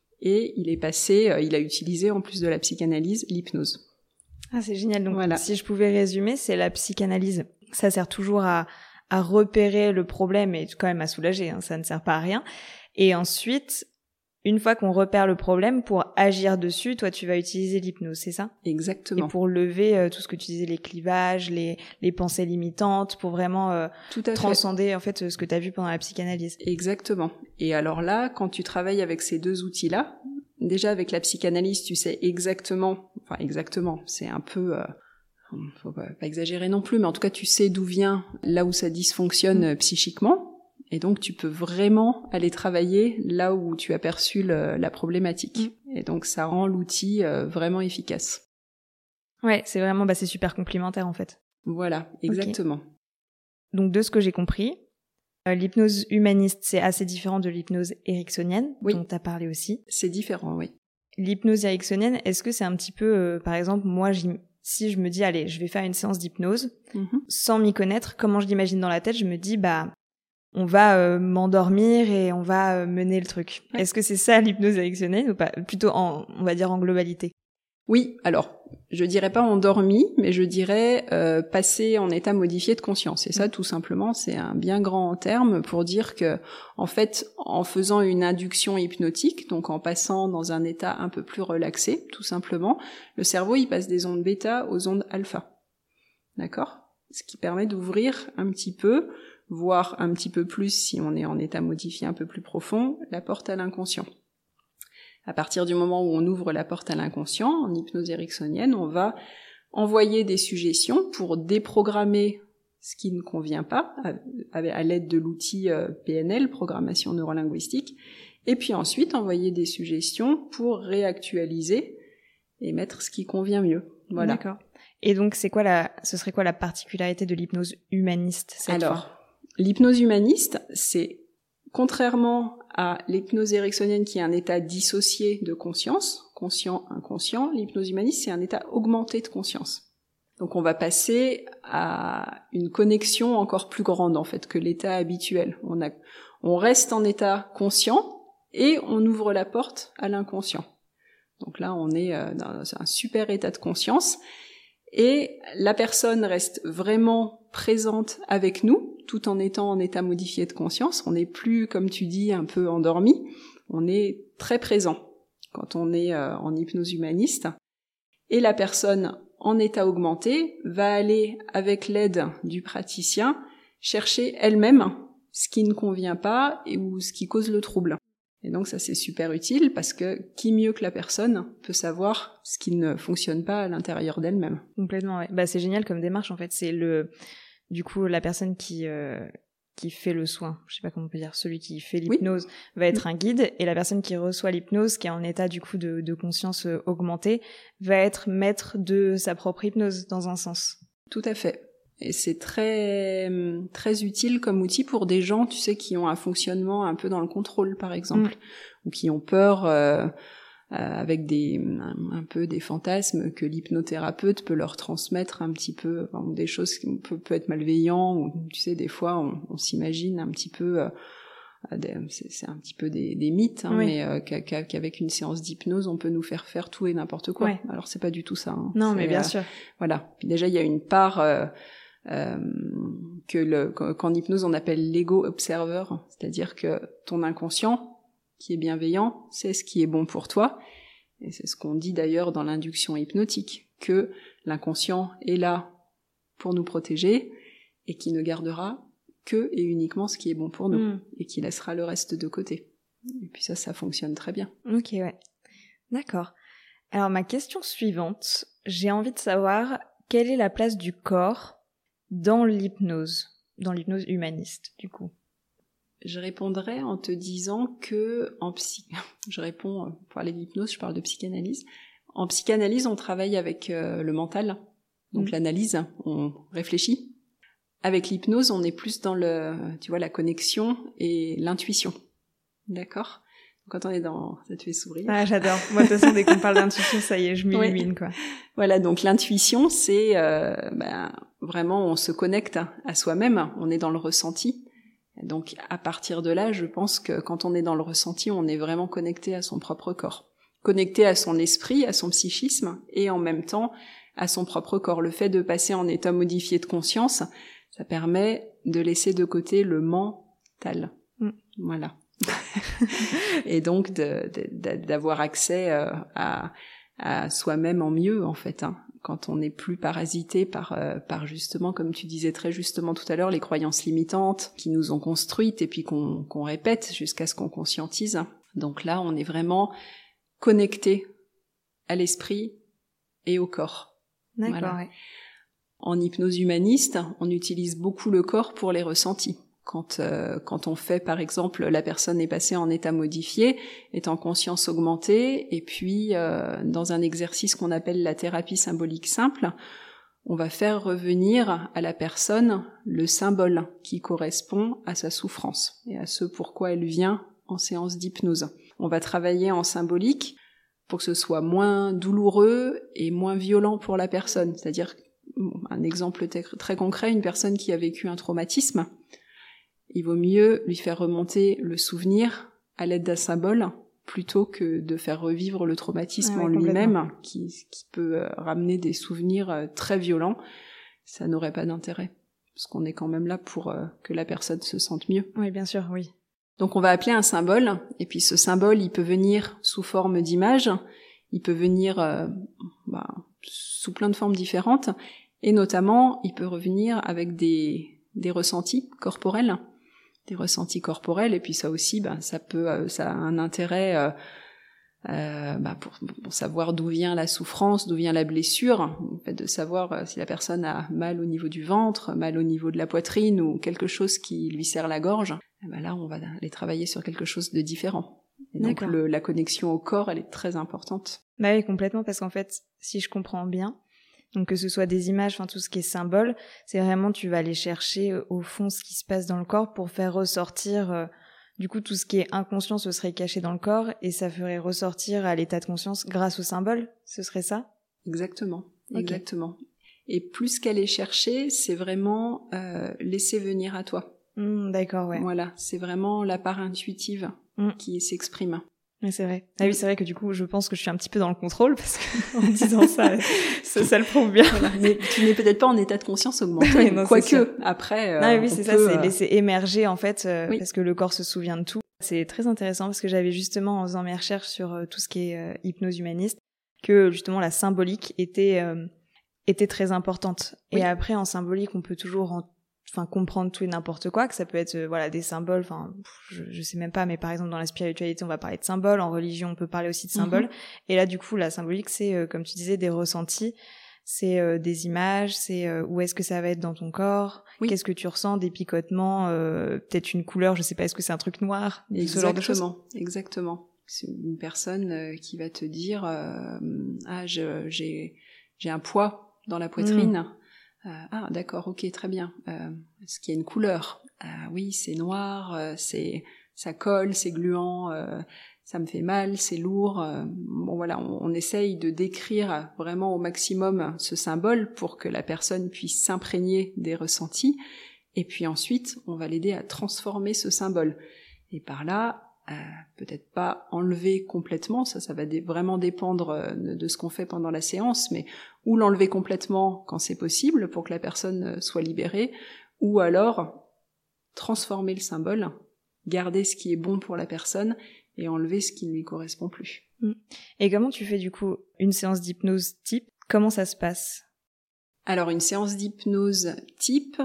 Et il a utilisé, en plus de la psychanalyse, l'hypnose. Ah, c'est génial. Donc, voilà. Si je pouvais résumer, c'est la psychanalyse. Ça sert toujours à repérer le problème et quand même à soulager, ça ne sert pas à rien. Et ensuite, une fois qu'on repère le problème, pour agir dessus, toi, tu vas utiliser l'hypnose, c'est ça ? Exactement. Et pour lever tout ce que tu disais, les clivages, les pensées limitantes, pour vraiment transcender en fait ce que tu as vu pendant la psychanalyse. Exactement. Et alors là, quand tu travailles avec ces deux outils-là, déjà avec la psychanalyse, tu sais exactement, c'est un peu, faut pas exagérer non plus, mais en tout cas tu sais d'où vient là où ça dysfonctionne psychiquement, et donc tu peux vraiment aller travailler là où tu as perçu la problématique, et donc ça rend l'outil vraiment efficace. Ouais, c'est vraiment, c'est super complémentaire en fait. Voilà, exactement. Okay. Donc de ce que j'ai compris, l'hypnose humaniste, c'est assez différent de l'hypnose ericksonienne, dont tu as parlé aussi. C'est différent, oui. L'hypnose ericksonienne, est-ce que c'est un petit peu, par exemple, moi, si je me dis, allez, je vais faire une séance d'hypnose, sans m'y connaître, comment je l'imagine dans la tête, je me dis, on va m'endormir et on va mener le truc. Ouais. Est-ce que c'est ça l'hypnose ericksonienne ou pas ? Plutôt on va dire en globalité. Oui, alors, je dirais pas endormi, mais je dirais passer en état modifié de conscience. Et ça, tout simplement, c'est un bien grand terme pour dire que, en fait, en faisant une induction hypnotique, donc en passant dans un état un peu plus relaxé, tout simplement, le cerveau, il passe des ondes bêta aux ondes alpha. D'accord ? Ce qui permet d'ouvrir un petit peu, voire un petit peu plus, si on est en état modifié un peu plus profond, la porte à l'inconscient. À partir du moment où on ouvre la porte à l'inconscient, en hypnose ericksonienne, on va envoyer des suggestions pour déprogrammer ce qui ne convient pas à l'aide de l'outil PNL, programmation neurolinguistique, et puis ensuite envoyer des suggestions pour réactualiser et mettre ce qui convient mieux. Voilà. D'accord. Et donc ce serait quoi la particularité de l'hypnose humaniste cette fois ? L'hypnose humaniste, c'est contrairement à l'hypnose ericksonienne qui est un état dissocié de conscience, conscient-inconscient, l'hypnose humaniste c'est un état augmenté de conscience. Donc on va passer à une connexion encore plus grande en fait que l'état habituel. On reste en état conscient et on ouvre la porte à l'inconscient. Donc là on est dans un super état de conscience et la personne reste vraiment présente avec nous, tout en étant en état modifié de conscience. On n'est plus, comme tu dis, un peu endormi. On est très présent quand on est en hypnose humaniste. Et la personne en état augmenté va aller, avec l'aide du praticien, chercher elle-même ce qui ne convient pas ou ce qui cause le trouble. Et donc ça c'est super utile parce que qui mieux que la personne peut savoir ce qui ne fonctionne pas à l'intérieur d'elle-même. Complètement, ouais. Bah c'est génial comme démarche en fait. C'est du coup la personne qui fait le soin, je sais pas comment on peut dire, celui qui fait l'hypnose va être un guide, et la personne qui reçoit l'hypnose, qui est en état du coup de conscience augmentée, va être maître de sa propre hypnose dans un sens. Tout à fait. Et c'est très très utile comme outil pour des gens, tu sais, qui ont un fonctionnement un peu dans le contrôle, par exemple, ou qui ont peur avec un peu des fantasmes que l'hypnothérapeute peut leur transmettre un petit peu, des choses qui peut être malveillant, ou tu sais, des fois on s'imagine un petit peu c'est un petit peu des mythes, mais qu'avec une séance d'hypnose on peut nous faire tout et n'importe quoi. Alors c'est pas du tout ça. Non, mais bien sûr. Voilà. Puis déjà il y a une part qu'en hypnose on appelle l'ego observer, c'est-à-dire que ton inconscient qui est bienveillant, c'est ce qui est bon pour toi, et c'est ce qu'on dit d'ailleurs dans l'induction hypnotique, que l'inconscient est là pour nous protéger et qui ne gardera que et uniquement ce qui est bon pour nous, et qui laissera le reste de côté. Et puis ça fonctionne très bien. Ok, ouais. D'accord. Alors ma question suivante, j'ai envie de savoir quelle est la place du corps dans l'hypnose humaniste, du coup. Je répondrai en te disant que je réponds pour parler d'hypnose, je parle de psychanalyse. En psychanalyse, on travaille avec le mental, donc l'analyse, on réfléchit. Avec l'hypnose, on est plus dans la connexion et l'intuition. D'accord ? Quand on est ça te fait sourire. Ah, j'adore. Moi, de toute façon, dès qu'on parle d'intuition, ça y est, je m'illumine, quoi. Voilà, donc l'intuition, c'est vraiment, on se connecte à soi-même, on est dans le ressenti. Donc à partir de là, je pense que quand on est dans le ressenti, on est vraiment connecté à son propre corps, connecté à son esprit, à son psychisme, et en même temps à son propre corps. Le fait de passer en état modifié de conscience, ça permet de laisser de côté le mental. Voilà. Et donc d'avoir accès à soi-même en mieux, en fait, quand on n'est plus parasité par justement, comme tu disais très justement tout à l'heure, les croyances limitantes qui nous ont construites et puis qu'on répète jusqu'à ce qu'on conscientise. Donc là, on est vraiment connecté à l'esprit et au corps. D'accord, voilà. Ouais. En hypnose humaniste, on utilise beaucoup le corps pour les ressentis. Quand on fait, par exemple, la personne est passée en état modifié, est en conscience augmentée, et puis dans un exercice qu'on appelle la thérapie symbolique simple, on va faire revenir à la personne le symbole qui correspond à sa souffrance et à ce pourquoi elle vient en séance d'hypnose. On va travailler en symbolique pour que ce soit moins douloureux et moins violent pour la personne. C'est-à-dire, un exemple très concret, une personne qui a vécu un traumatisme, il vaut mieux lui faire remonter le souvenir à l'aide d'un symbole plutôt que de faire revivre le traumatisme en lui-même, qui peut ramener des souvenirs très violents. Ça n'aurait pas d'intérêt, parce qu'on est quand même là pour que la personne se sente mieux. Oui, bien sûr, oui. Donc on va appeler un symbole, et puis ce symbole, il peut venir sous forme d'image, il peut venir sous plein de formes différentes, et notamment, il peut revenir avec des ressentis corporels. Des ressentis corporels, et puis ça aussi, ça a un intérêt pour savoir d'où vient la souffrance, d'où vient la blessure, en fait, de savoir si la personne a mal au niveau du ventre, mal au niveau de la poitrine, ou quelque chose qui lui serre la gorge. Là, on va aller travailler sur quelque chose de différent. Et donc la connexion au corps, elle est très importante. Bah oui, complètement, parce qu'en fait, si je comprends bien, donc que ce soit des images, enfin tout ce qui est symbole, c'est vraiment tu vas aller chercher au fond ce qui se passe dans le corps pour faire ressortir du coup tout ce qui est inconscient, ce serait caché dans le corps, et ça ferait ressortir à l'état de conscience grâce au symbole, ce serait ça ? Exactement, Okay. Exactement. Et plus qu'aller chercher, c'est vraiment laisser venir à toi. D'accord, ouais. Voilà, c'est vraiment la part intuitive qui s'exprime. Mais c'est vrai. Ah oui, c'est vrai que du coup, je pense que je suis un petit peu dans le contrôle parce que en disant ça, ça le prouve bien. Voilà. Mais tu n'es peut-être pas en état de conscience augmenté, Non, quoique après. Oui, c'est ça, c'est laisser émerger en fait, oui. parce que le corps se souvient de tout. C'est très intéressant parce que j'avais justement, en faisant mes recherches sur tout ce qui est hypnose humaniste, que justement la symbolique était très importante. Oui. Et après, en symbolique, on peut toujours comprendre tout et n'importe quoi, que ça peut être des symboles, je sais même pas, mais par exemple dans la spiritualité on va parler de symboles, en religion on peut parler aussi de symboles, et là du coup la symbolique c'est comme tu disais des ressentis, c'est des images, c'est où est-ce que ça va être dans ton corps, qu'est-ce que tu ressens, des picotements, peut-être une couleur, je sais pas, est-ce que c'est un truc noir, ce genre de choses. Exactement. C'est une personne qui va te dire j'ai un poids dans la poitrine. D'accord, ok, très bien. Est-ce qu'il y a une couleur? Oui, c'est noir, ça colle, c'est gluant, ça me fait mal, c'est lourd. Bon voilà, on essaye de décrire vraiment au maximum ce symbole pour que la personne puisse s'imprégner des ressentis. Et puis ensuite, on va l'aider à transformer ce symbole. Et par là, peut-être pas enlever complètement, ça va vraiment dépendre de ce qu'on fait pendant la séance, mais ou l'enlever complètement quand c'est possible pour que la personne soit libérée, ou alors transformer le symbole, garder ce qui est bon pour la personne et enlever ce qui ne lui correspond plus. Et comment tu fais du coup une séance d'hypnose type? Comment ça se passe? Alors une séance d'hypnose type,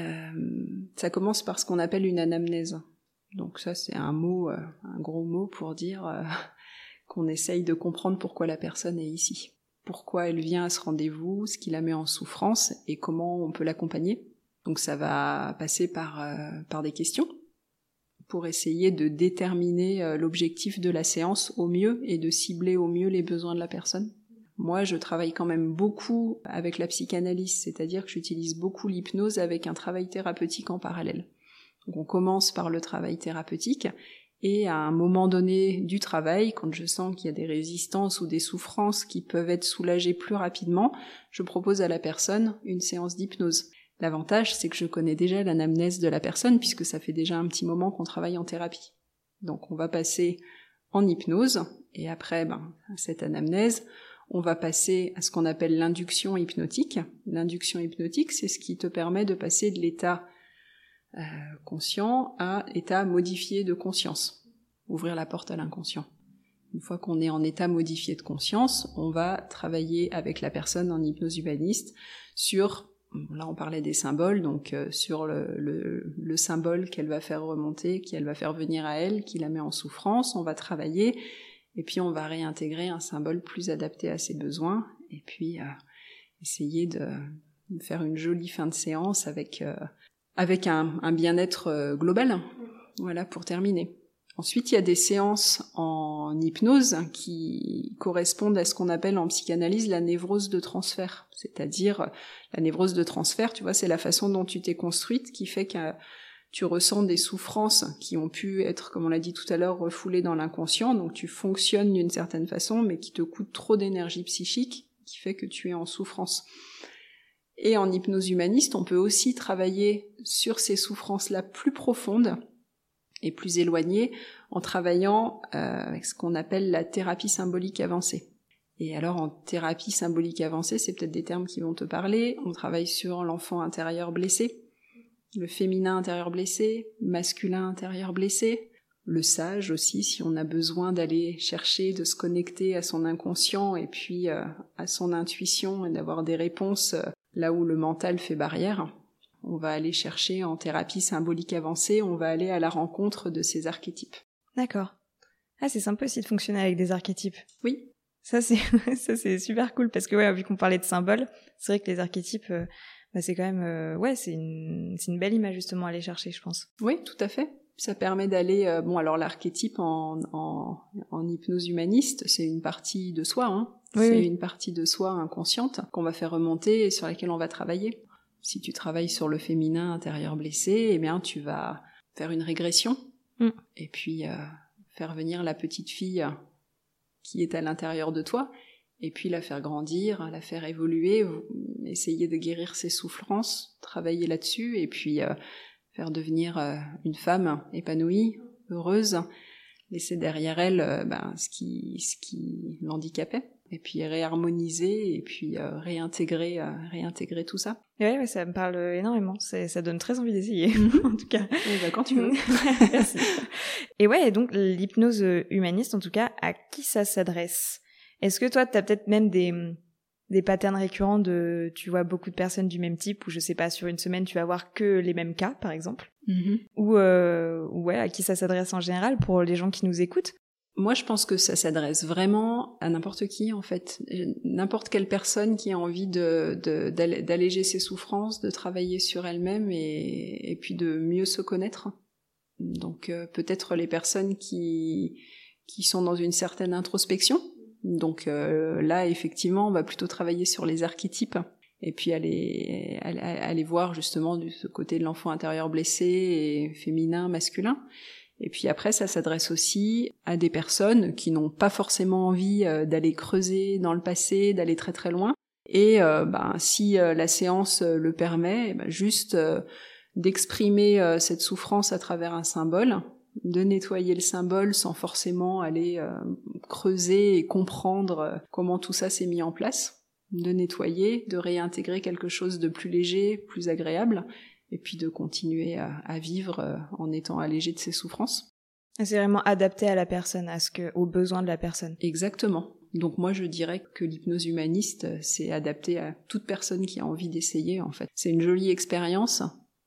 ça commence par ce qu'on appelle une anamnèse. Donc ça, c'est un gros mot pour dire qu'on essaye de comprendre pourquoi la personne est ici. Pourquoi elle vient à ce rendez-vous, ce qui la met en souffrance et comment on peut l'accompagner. Donc ça va passer par des questions pour essayer de déterminer l'objectif de la séance au mieux et de cibler au mieux les besoins de la personne. Moi, je travaille quand même beaucoup avec la psychanalyse, c'est-à-dire que j'utilise beaucoup l'hypnose avec un travail thérapeutique en parallèle. Donc on commence par le travail thérapeutique et à un moment donné du travail, quand je sens qu'il y a des résistances ou des souffrances qui peuvent être soulagées plus rapidement, je propose à la personne une séance d'hypnose. L'avantage, c'est que je connais déjà l'anamnèse de la personne puisque ça fait déjà un petit moment qu'on travaille en thérapie. Donc on va passer en hypnose et après cette anamnèse, on va passer à ce qu'on appelle l'induction hypnotique. L'induction hypnotique, c'est ce qui te permet de passer de l'état conscient à état modifié de conscience. Ouvrir la porte à l'inconscient. Une fois qu'on est en état modifié de conscience, on va travailler avec la personne en hypnose humaniste sur, là on parlait des symboles, donc sur le symbole qu'elle va faire remonter, qu'elle va faire venir à elle, qui la met en souffrance, on va travailler, et puis on va réintégrer un symbole plus adapté à ses besoins, et puis essayer de faire une jolie fin de séance avec un bien-être global, voilà, pour terminer. Ensuite, il y a des séances en hypnose qui correspondent à ce qu'on appelle en psychanalyse la névrose de transfert. C'est-à-dire, la névrose de transfert, tu vois, c'est la façon dont tu t'es construite qui fait que tu ressens des souffrances qui ont pu être, comme on l'a dit tout à l'heure, refoulées dans l'inconscient, donc tu fonctionnes d'une certaine façon, mais qui te coûte trop d'énergie psychique, qui fait que tu es en souffrance. Et en hypnose humaniste, on peut aussi travailler sur ces souffrances-là plus profondes et plus éloignées en travaillant avec ce qu'on appelle la thérapie symbolique avancée. Et alors en thérapie symbolique avancée, c'est peut-être des termes qui vont te parler, on travaille sur l'enfant intérieur blessé, le féminin intérieur blessé, masculin intérieur blessé, le sage aussi, si on a besoin d'aller chercher, de se connecter à son inconscient et puis à son intuition et d'avoir des réponses là où le mental fait barrière. On va aller chercher en thérapie symbolique avancée, on va aller à la rencontre de ces archétypes. D'accord. Ah, c'est sympa aussi de fonctionner avec des archétypes. Oui. Ça, c'est super cool parce que, vu qu'on parlait de symboles, c'est vrai que les archétypes, c'est quand même, c'est une belle image justement à aller chercher, je pense. Oui, tout à fait. Ça permet d'aller, alors l'archétype en hypnose humaniste, c'est une partie de soi, hein. Oui, c'est une partie de soi inconsciente qu'on va faire remonter et sur laquelle on va travailler. Si tu travailles sur le féminin intérieur blessé, eh bien tu vas faire une régression et puis faire venir la petite fille qui est à l'intérieur de toi et puis la faire grandir, la faire évoluer, essayer de guérir ses souffrances, travailler là-dessus et puis faire devenir une femme épanouie, heureuse, laisser derrière elle ce qui l'handicapait, et puis réharmoniser, et puis réintégrer tout ça. Ouais, ça me parle énormément. Ça donne très envie d'essayer, en tout cas. Quand tu veux. Merci. Et ouais, donc l'hypnose humaniste, en tout cas, à qui ça s'adresse? Est-ce que toi, t'as peut-être même des patterns récurrents de, tu vois, beaucoup de personnes du même type, ou je sais pas, sur une semaine, tu vas voir que les mêmes cas, par exemple? Ou ouais, à qui ça s'adresse en général pour les gens qui nous écoutent? Moi, je pense que ça s'adresse vraiment à n'importe qui, en fait. N'importe quelle personne qui a envie d'alléger ses souffrances, de travailler sur elle-même et puis de mieux se connaître. Donc, peut-être les personnes qui sont dans une certaine introspection. Donc, là, effectivement, on va plutôt travailler sur les archétypes. Et puis aller voir justement de ce côté de l'enfant intérieur blessé, et féminin, masculin. Et puis après, ça s'adresse aussi à des personnes qui n'ont pas forcément envie d'aller creuser dans le passé, d'aller très très loin. Et si la séance le permet, juste d'exprimer cette souffrance à travers un symbole, de nettoyer le symbole sans forcément aller creuser et comprendre comment tout ça s'est mis en place, de nettoyer, de réintégrer quelque chose de plus léger, plus agréable, et puis de continuer à vivre en étant allégé de ses souffrances. C'est vraiment adapté à la personne, aux besoins de la personne. Exactement. Donc moi je dirais que l'hypnose humaniste, c'est adapté à toute personne qui a envie d'essayer, en fait. C'est une jolie expérience,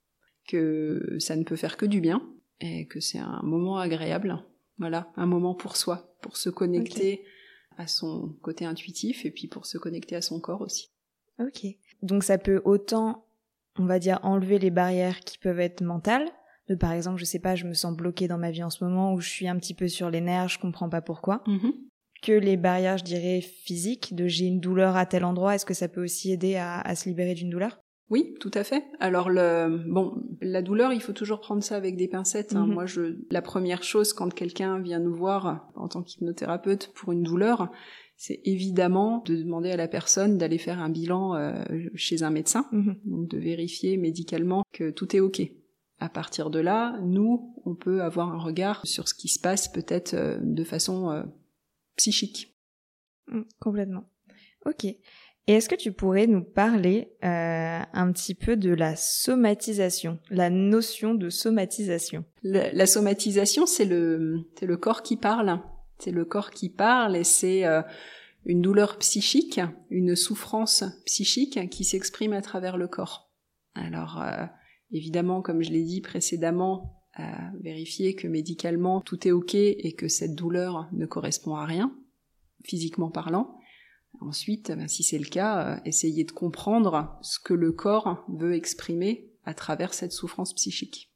que ça ne peut faire que du bien, et que c'est un moment agréable. Voilà, un moment pour soi, pour se connecter à son côté intuitif, et puis pour se connecter à son corps aussi. Ok. Donc ça peut autant, on va dire, enlever les barrières qui peuvent être mentales, de par exemple, je sais pas, je me sens bloquée dans ma vie en ce moment, ou je suis un petit peu sur les nerfs, je comprends pas pourquoi, que les barrières, je dirais, physiques, de j'ai une douleur à tel endroit, est-ce que ça peut aussi aider à se libérer d'une douleur? Oui, tout à fait. Alors la douleur, il faut toujours prendre ça avec des pincettes. Moi, la première chose quand quelqu'un vient nous voir en tant qu'hypnothérapeute pour une douleur, c'est évidemment de demander à la personne d'aller faire un bilan chez un médecin, donc de vérifier médicalement que tout est ok. À partir de là, nous, on peut avoir un regard sur ce qui se passe peut-être de façon psychique. Complètement. Ok. Et est-ce que tu pourrais nous parler un petit peu de la somatisation, la notion de somatisation? La somatisation, c'est le corps qui parle. C'est le corps qui parle, et c'est une douleur psychique, une souffrance psychique qui s'exprime à travers le corps. Alors, évidemment, comme je l'ai dit précédemment, vérifier que médicalement tout est ok et que cette douleur ne correspond à rien, physiquement parlant. Ensuite, si c'est le cas, essayer de comprendre ce que le corps veut exprimer à travers cette souffrance psychique.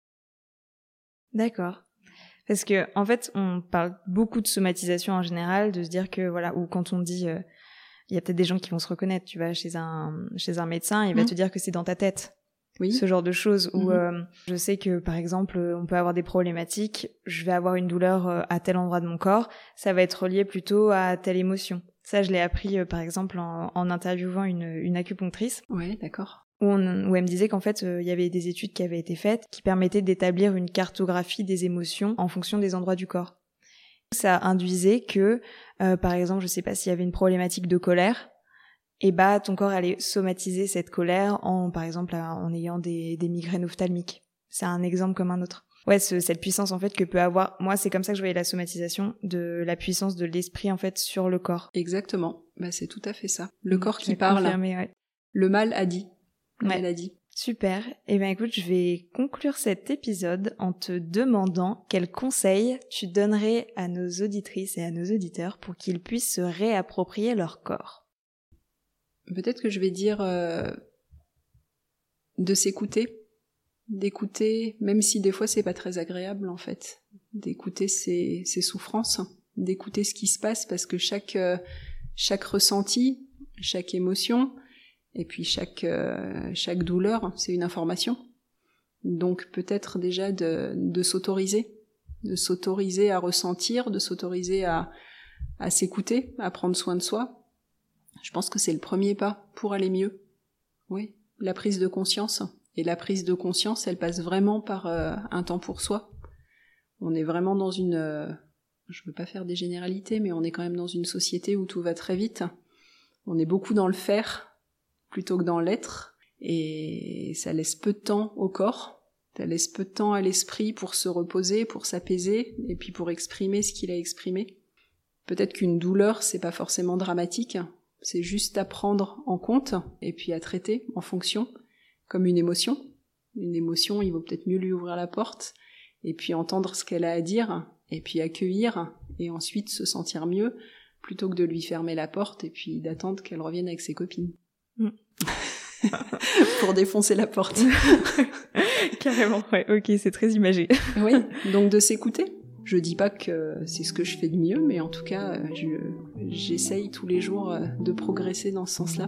D'accord. Parce que, en fait, on parle beaucoup de somatisation en général, de se dire que, voilà, ou quand on dit, il y a peut-être des gens qui vont se reconnaître, tu vas chez un médecin, il va te dire que c'est dans ta tête. Oui. Ce genre de choses où je sais que, par exemple, on peut avoir des problématiques, je vais avoir une douleur à tel endroit de mon corps, ça va être relié plutôt à telle émotion. Ça, je l'ai appris, par exemple, en interviewant une acupunctrice. Ouais, d'accord. Où elle me disait qu'en fait, il y avait des études qui avaient été faites qui permettaient d'établir une cartographie des émotions en fonction des endroits du corps. Ça induisait que, par exemple, je sais pas s'il y avait une problématique de colère, et ton corps allait somatiser cette colère par exemple, en ayant des migraines ophtalmiques. C'est un exemple comme un autre. Ouais, cette puissance, en fait, que peut avoir... Moi, c'est comme ça que je voyais la somatisation, de la puissance de l'esprit, en fait, sur le corps. Exactement. C'est tout à fait ça. Le corps qui parle. Confirmé, ouais. Le mal a dit. Elle a dit. Super. Écoute, je vais conclure cet épisode en te demandant quels conseils tu donnerais à nos auditrices et à nos auditeurs pour qu'ils puissent se réapproprier leur corps. Peut-être que je vais dire de s'écouter, d'écouter, même si des fois c'est pas très agréable en fait, d'écouter ses souffrances, d'écouter ce qui se passe, parce que chaque ressenti, chaque émotion, et puis chaque douleur, c'est une information. Donc peut-être déjà de s'autoriser à ressentir, de s'autoriser à s'écouter, à prendre soin de soi. Je pense que c'est le premier pas pour aller mieux. Oui, la prise de conscience. Et la prise de conscience, elle passe vraiment par un temps pour soi. On est vraiment dans une je veux pas faire des généralités, mais on est quand même dans une société où tout va très vite. On est beaucoup dans le faire plutôt que dans l'être, et ça laisse peu de temps au corps, ça laisse peu de temps à l'esprit pour se reposer, pour s'apaiser, et puis pour exprimer ce qu'il a exprimé. Peut-être qu'une douleur, c'est pas forcément dramatique, c'est juste à prendre en compte, et puis à traiter en fonction, comme une émotion. Une émotion, il vaut peut-être mieux lui ouvrir la porte, et puis entendre ce qu'elle a à dire, et puis accueillir, et ensuite se sentir mieux, plutôt que de lui fermer la porte, et puis d'attendre qu'elle revienne avec ses copines. Pour défoncer la porte. Carrément, ouais, ok, c'est très imagé. Oui, donc de s'écouter. Je dis pas que c'est ce que je fais de mieux, mais en tout cas, j'essaye tous les jours de progresser dans ce sens-là.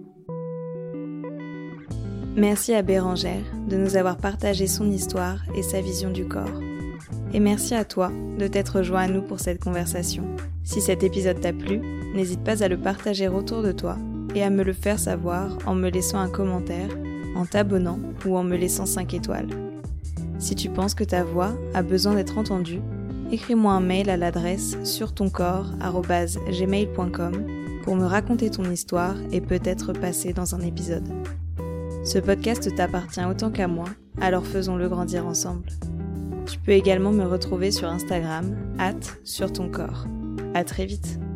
Merci à Bérengère de nous avoir partagé son histoire et sa vision du corps. Et merci à toi de t'être joint à nous pour cette conversation. Si cet épisode t'a plu, n'hésite pas à le partager autour de toi et à me le faire savoir en me laissant un commentaire, en t'abonnant ou en me laissant 5 étoiles. Si tu penses que ta voix a besoin d'être entendue, écris-moi un mail à l'adresse surtoncorps@gmail.com pour me raconter ton histoire et peut-être passer dans un épisode. Ce podcast t'appartient autant qu'à moi, alors faisons-le grandir ensemble. Tu peux également me retrouver sur Instagram @surtoncorps. À très vite.